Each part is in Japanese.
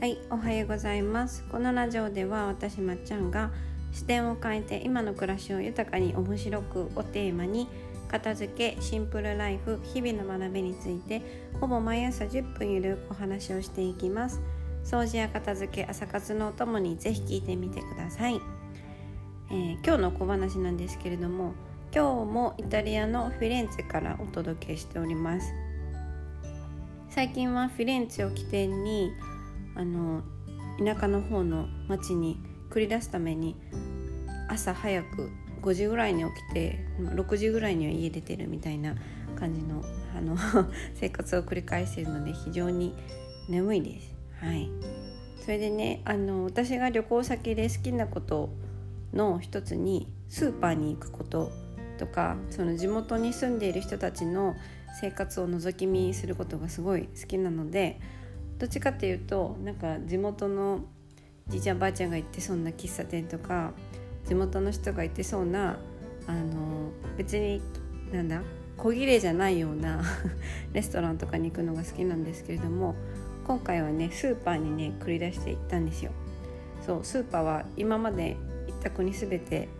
はい、おはようございます。このラジオでは私まっちゃんが視点を変えて今の暮らしを豊かに面白くをテーマに片付け、シンプルライフ、日々の学びについてほぼ毎朝10分ゆるくお話をしていきます。掃除や片付け、朝活のお供にぜひ聞いてみてください。今日の小話なんですけれども、今日もイタリアのフィレンツェからお届けしております。最近はフィレンツェを起点に田舎の方の町に繰り出すために朝早く5時ぐらいに起きて6時ぐらいには家出てるみたいな感じの生活を繰り返しているので非常に眠いです。はい。それでね、私が旅行先で好きなことの一つにスーパーに行くこととか、その地元に住んでいる人たちの生活を覗き見することがすごい好きなので、どっちかっていうとなんか地元のじいちゃんばあちゃんが行ってそうな喫茶店とか、地元の人が行ってそうな別に小綺麗じゃないようなレストランとかに行くのが好きなんですけれども、今回はねスーパーにね繰り出して行ったんですよ。そう、スーパーは今まで行った国すべて、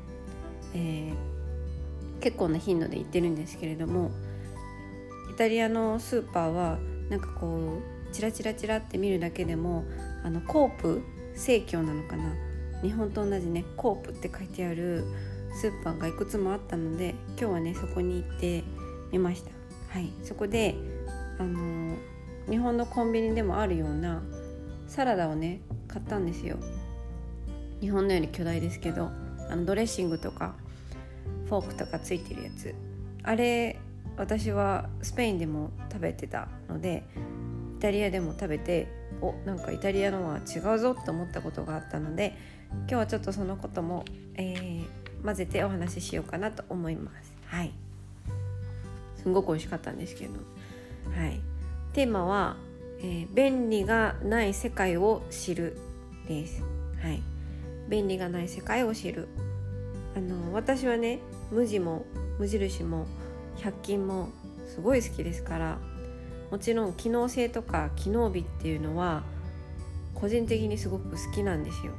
結構な頻度で行ってるんですけれども、イタリアのスーパーはなんかこうチラチラチラって見るだけでもコープ生協なのかな、日本と同じねコープって書いてあるスーパーがいくつもあったので、今日はねそこに行ってみました。はい、そこで日本のコンビニでもあるようなサラダをね買ったんですよ。日本のより巨大ですけど、ドレッシングとかフォークとかついてるやつ、あれ私はスペインでも食べてたのでイタリアでも食べて、なんかイタリアのは違うぞと思ったことがあったので、今日はちょっとそのことも、混ぜてお話ししようかなと思います。はい、すんごく美味しかったんですけど、はい、テーマは、便利がない世界を知るです。はい、便利がない世界を知る。私はね無印も100均もすごい好きですから、もちろん機能性とか機能美っていうのは個人的にすごく好きなんですよ。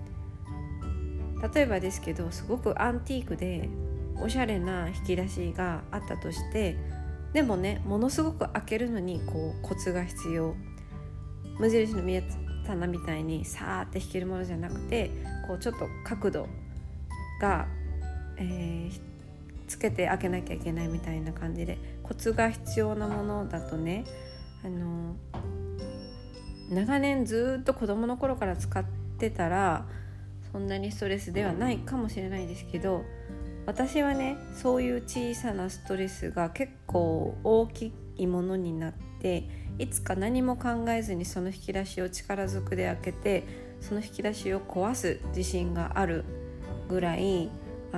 例えばですけど、すごくアンティークでおしゃれな引き出しがあったとして、でもねものすごく開けるのにこうコツが必要。無印の棚みたいにさーって引けるものじゃなくて、こうちょっと角度が、つけて開けなきゃいけないみたいな感じでコツが必要なものだとね、長年ずっと子供の頃から使ってたらそんなにストレスではないかもしれないですけど、私はねそういう小さなストレスが結構大きいものになって、いつか何も考えずにその引き出しを力ずくで開けてその引き出しを壊す自信があるぐらい、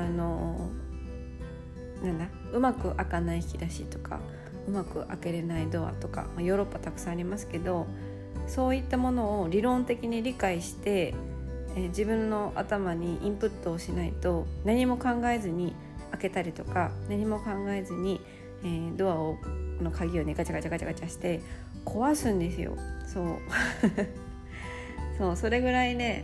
うまく開かない引き出しとかうまく開けれないドアとか、ヨーロッパたくさんありますけど、そういったものを理論的に理解して、自分の頭にインプットをしないと何も考えずに開けたりとか、何も考えずに、ドアの鍵をねガチャガチャガチャガチャして壊すんですよ。そうそう、それぐらいね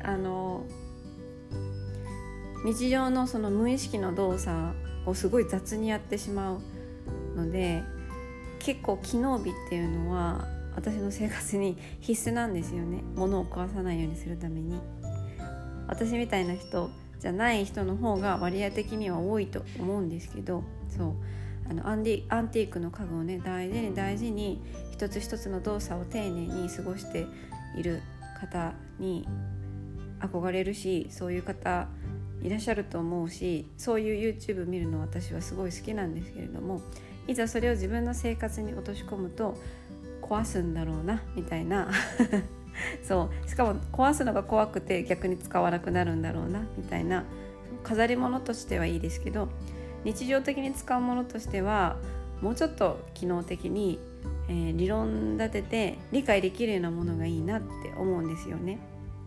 日常のその無意識の動作をすごい雑にやってしまうので、結構機能美っていうのは私の生活に必須なんですよね。物を壊さないようにするために。私みたいな人じゃない人の方が割合的には多いと思うんですけど、そうアンティークの家具をね大事に大事に一つ一つの動作を丁寧に過ごしている方に憧れるし、そういう方いらっしゃると思うし、そういう YouTube 見るの私はすごい好きなんですけれども、いざそれを自分の生活に落とし込むと壊すんだろうなみたいなそう、しかも壊すのが怖くて逆に使わなくなるんだろうなみたいな、飾り物としてはいいですけど日常的に使うものとしてはもうちょっと機能的に、理論立てて理解できるようなものがいいなって思うんですよね。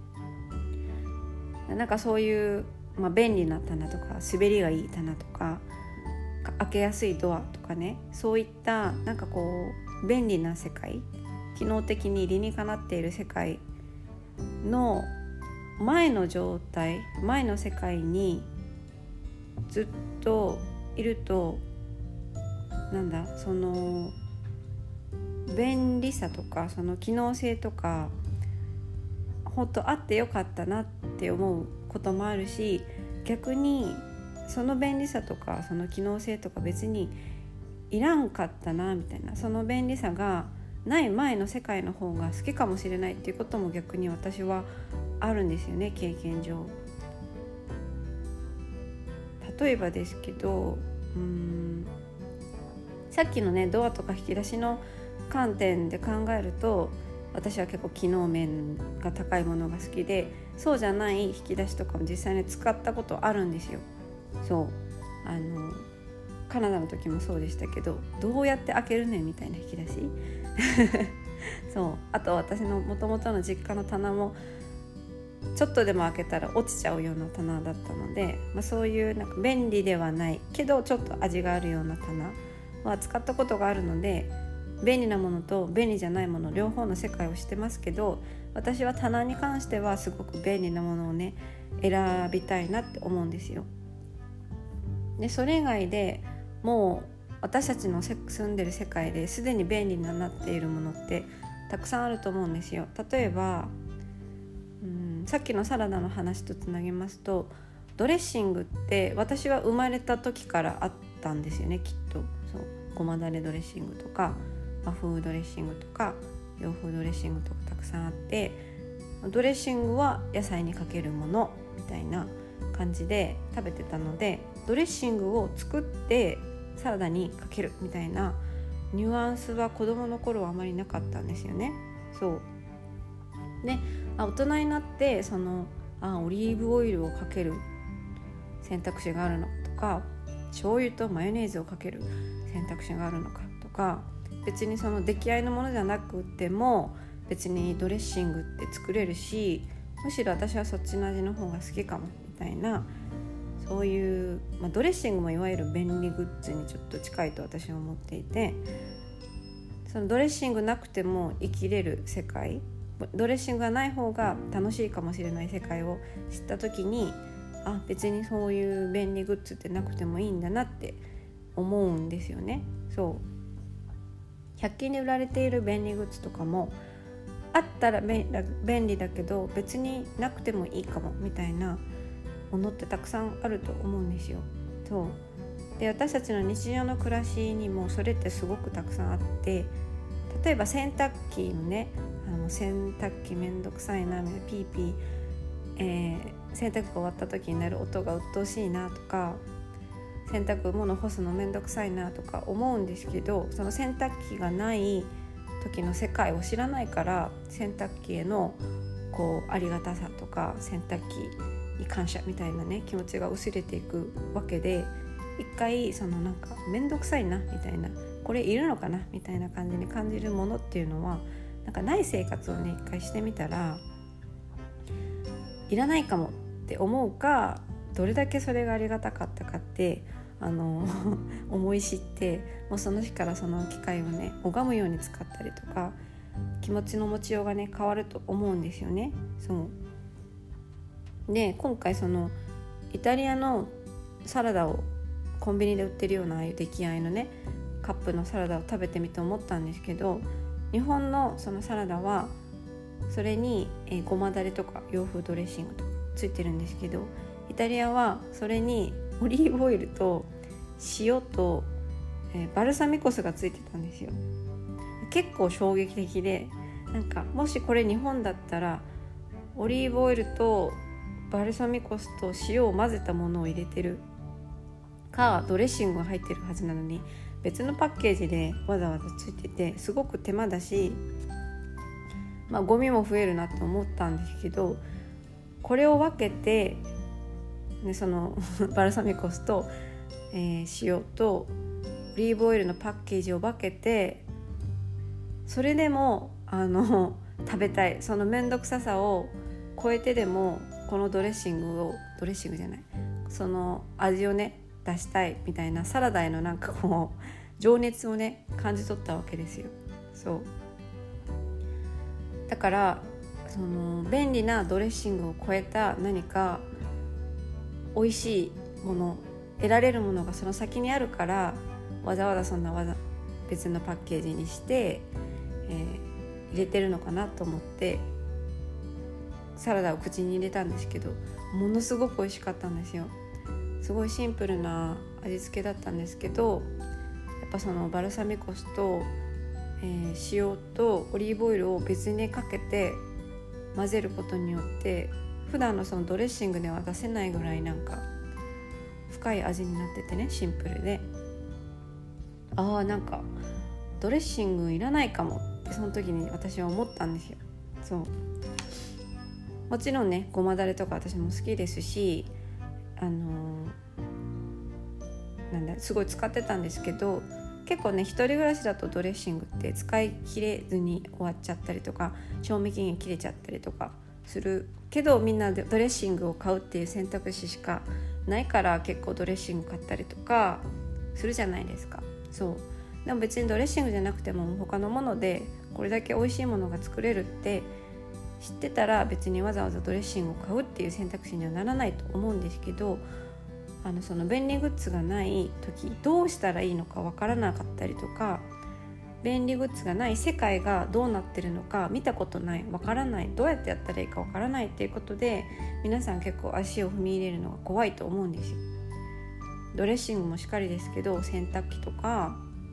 なんかそういう、便利な棚とか滑りがいい棚とか開けやすいドアとかね、そういったなんかこう便利な世界、機能的に理にかなっている世界の前の状態、前の世界にずっといると、その便利さとかその機能性とか本当あってよかったなって思うこともあるし、逆にその便利さとかその機能性とか別にいらんかったなみたいな、その便利さがない前の世界の方が好きかもしれないっていうことも逆に私はあるんですよね、経験上。例えばですけど、さっきのねドアとか引き出しの観点で考えると、私は結構機能面が高いものが好きで、そうじゃない引き出しとかも実際に使ったことあるんですよ。そうカナダの時もそうでしたけど、どうやって開けるねんみたいな引き出しそう、あと私の元々の実家の棚もちょっとでも開けたら落ちちゃうような棚だったので、そういうなんか便利ではないけどちょっと味があるような棚は使ったことがあるので、便利なものと便利じゃないもの両方の世界をしてますけど、私は棚に関してはすごく便利なものをね選びたいなって思うんですよ。でそれ以外でもう私たちの住んでる世界ですでに便利になっているものってたくさんあると思うんですよ。例えばさっきのサラダの話とつなげますと、ドレッシングって私は生まれた時からあったんですよね、きっと。そう、ごまだれドレッシングとか和風ドレッシングとか洋風ドレッシングとかたくさんあって、ドレッシングは野菜にかけるものみたいな感じで食べてたので、ドレッシングを作ってサラダにかけるみたいなニュアンスは子供の頃はあまりなかったんですよね。そうで、大人になってオリーブオイルをかける選択肢があるのかとか、醤油とマヨネーズをかける選択肢があるのかとか、別にその出来合いのものじゃなくても別にドレッシングって作れるし、むしろ私はそっちの味の方が好きかもみたいな、そういう、ドレッシングもいわゆる便利グッズにちょっと近いと私は思っていて、そのドレッシングなくても生きれる世界、ドレッシングがない方が楽しいかもしれない世界を知った時に、別にそういう便利グッズってなくてもいいんだなって思うんですよね。そう100均で売られている便利グッズとかもあったら便利だけど別になくてもいいかもみたいなものってたくさんあると思うんですよ。そうで、私たちの日常の暮らしにもそれってすごくたくさんあって、例えば洗濯機のね、洗濯機めんどくさいなみたいなピーピー、洗濯が終わった時になる音が鬱陶しいなとか、洗濯物干すのめんどくさいなとか思うんですけど、その洗濯機がない時の世界を知らないから、洗濯機へのありがたさとか洗濯機に感謝みたいなね気持ちが薄れていくわけで、一回なんかめんどくさいなみたいな、これいるのかなみたいな感じに感じるものっていうのは、なんかない生活をね一回してみたらいらないかもって思うか、どれだけそれがありがたかったかって思い知って、もうその日からその機会をね拝むように使ったりとか、気持ちの持ちようがね変わると思うんですよね。そうで、今回イタリアのサラダをコンビニで売ってるようなああいう出来合いのねカップのサラダを食べてみて思ったんですけど、日本のそのサラダはそれに、ごまだれとか洋風ドレッシングとかついてるんですけど、イタリアはそれにオリーブオイルと塩と、バルサミコ酢がついてたんですよ。結構衝撃的で、なんかもしこれ日本だったらオリーブオイルとバルサミコ酢と塩を混ぜたものを入れてるか、ドレッシングが入ってるはずなのに別のパッケージでわざわざついてて、すごく手間だし、ゴミも増えるなと思ったんですけど、これを分けて、ね、そのバルサミコ酢と、塩とオリーブオイルのパッケージを分けて、それでも食べたい、そのめんどくささを超えてでもこのドレッシングじゃない、その味をね出したいみたいな、サラダへのなんか情熱をね感じ取ったわけですよ。そうだからその便利なドレッシングを超えた何か美味しいもの、得られるものがその先にあるから、わざわざそんな別のパッケージにして、入れてるのかなと思ってサラダを口に入れたんですけど、ものすごく美味しかったんですよ。すごいシンプルな味付けだったんですけど、やっぱそのバルサミコ酢と、塩とオリーブオイルを別にかけて混ぜることによって、普段のそのドレッシングでは出せないぐらいなんか深い味になっててね、シンプルで、なんかドレッシングいらないかもってその時に私は思ったんですよ。そう、もちろんね、ごまだれとか私も好きですし、すごい使ってたんですけど、結構ね、一人暮らしだとドレッシングって使い切れずに終わっちゃったりとか、賞味期限切れちゃったりとかするけど、みんなでドレッシングを買うっていう選択肢しかないから、結構ドレッシング買ったりとかするじゃないですか。そうでも別にドレッシングじゃなくても他のものでこれだけ美味しいものが作れるって知ってたら、別にわざわざドレッシングを買うっていう選択肢にはならないと思うんですけど、その便利グッズがない時どうしたらいいのかわからなかったりとか、便利グッズがない世界がどうなってるのか見たことない、わからない、どうやってやったらいいかわからないっていうことで、皆さん結構足を踏み入れるのが怖いと思うんですよ。ドレッシングもしっかりですけど、洗濯機とか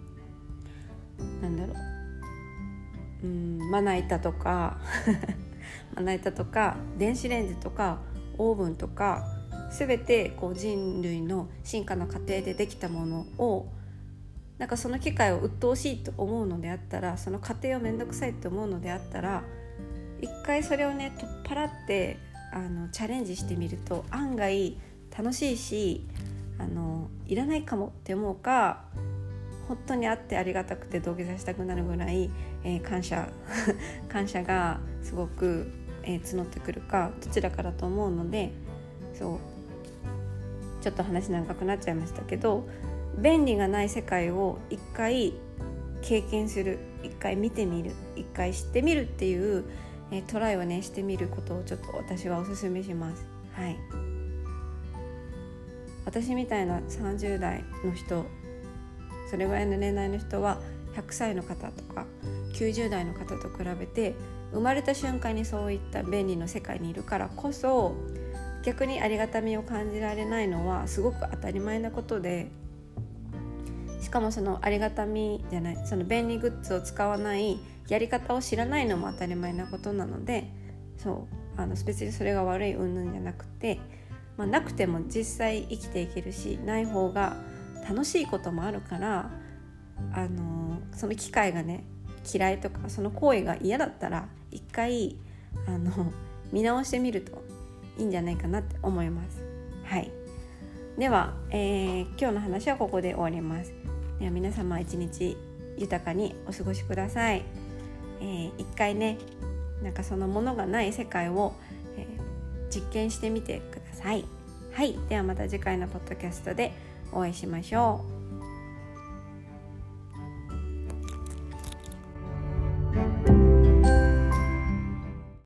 まな板とかまな板とか電子レンジとかオーブンとか、全てこう人類の進化の過程でできたものを、なんかその機械を鬱陶しいと思うのであったら、その過程をめんどくさいと思うのであったら、一回それをね取っ払ってチャレンジしてみると案外楽しいし、いらないかもって思うか、本当にあってありがたくて土下座したくなるぐらい、感謝がすごく、募ってくるか、どちらかだと思うので、そうちょっと話長くなっちゃいましたけど、便利がない世界を一回経験する、一回見てみる、一回知ってみるっていう、トライをねしてみることをちょっと私はおすすめします。はい、私みたいな30代の人、それぐらいの年代の人は100歳の方とか90代の方と比べて、生まれた瞬間にそういった便利の世界にいるからこそ、逆にありがたみを感じられないのはすごく当たり前なことで、しかもそのありがたみじゃない、その便利グッズを使わないやり方を知らないのも当たり前なことなので、別にそれが悪い云々じゃなくて、なくても実際生きていけるし、ない方が楽しいこともあるから、その機会がね嫌いとか、その行為が嫌だったら一回見直してみるといいんじゃないかなって思います。はい、では、今日の話はここで終わります。では皆様一日豊かにお過ごしください。一回ね、なんかそのものがない世界を、実験してみてください。はい、ではまた次回のポッドキャストでお会いしましょう。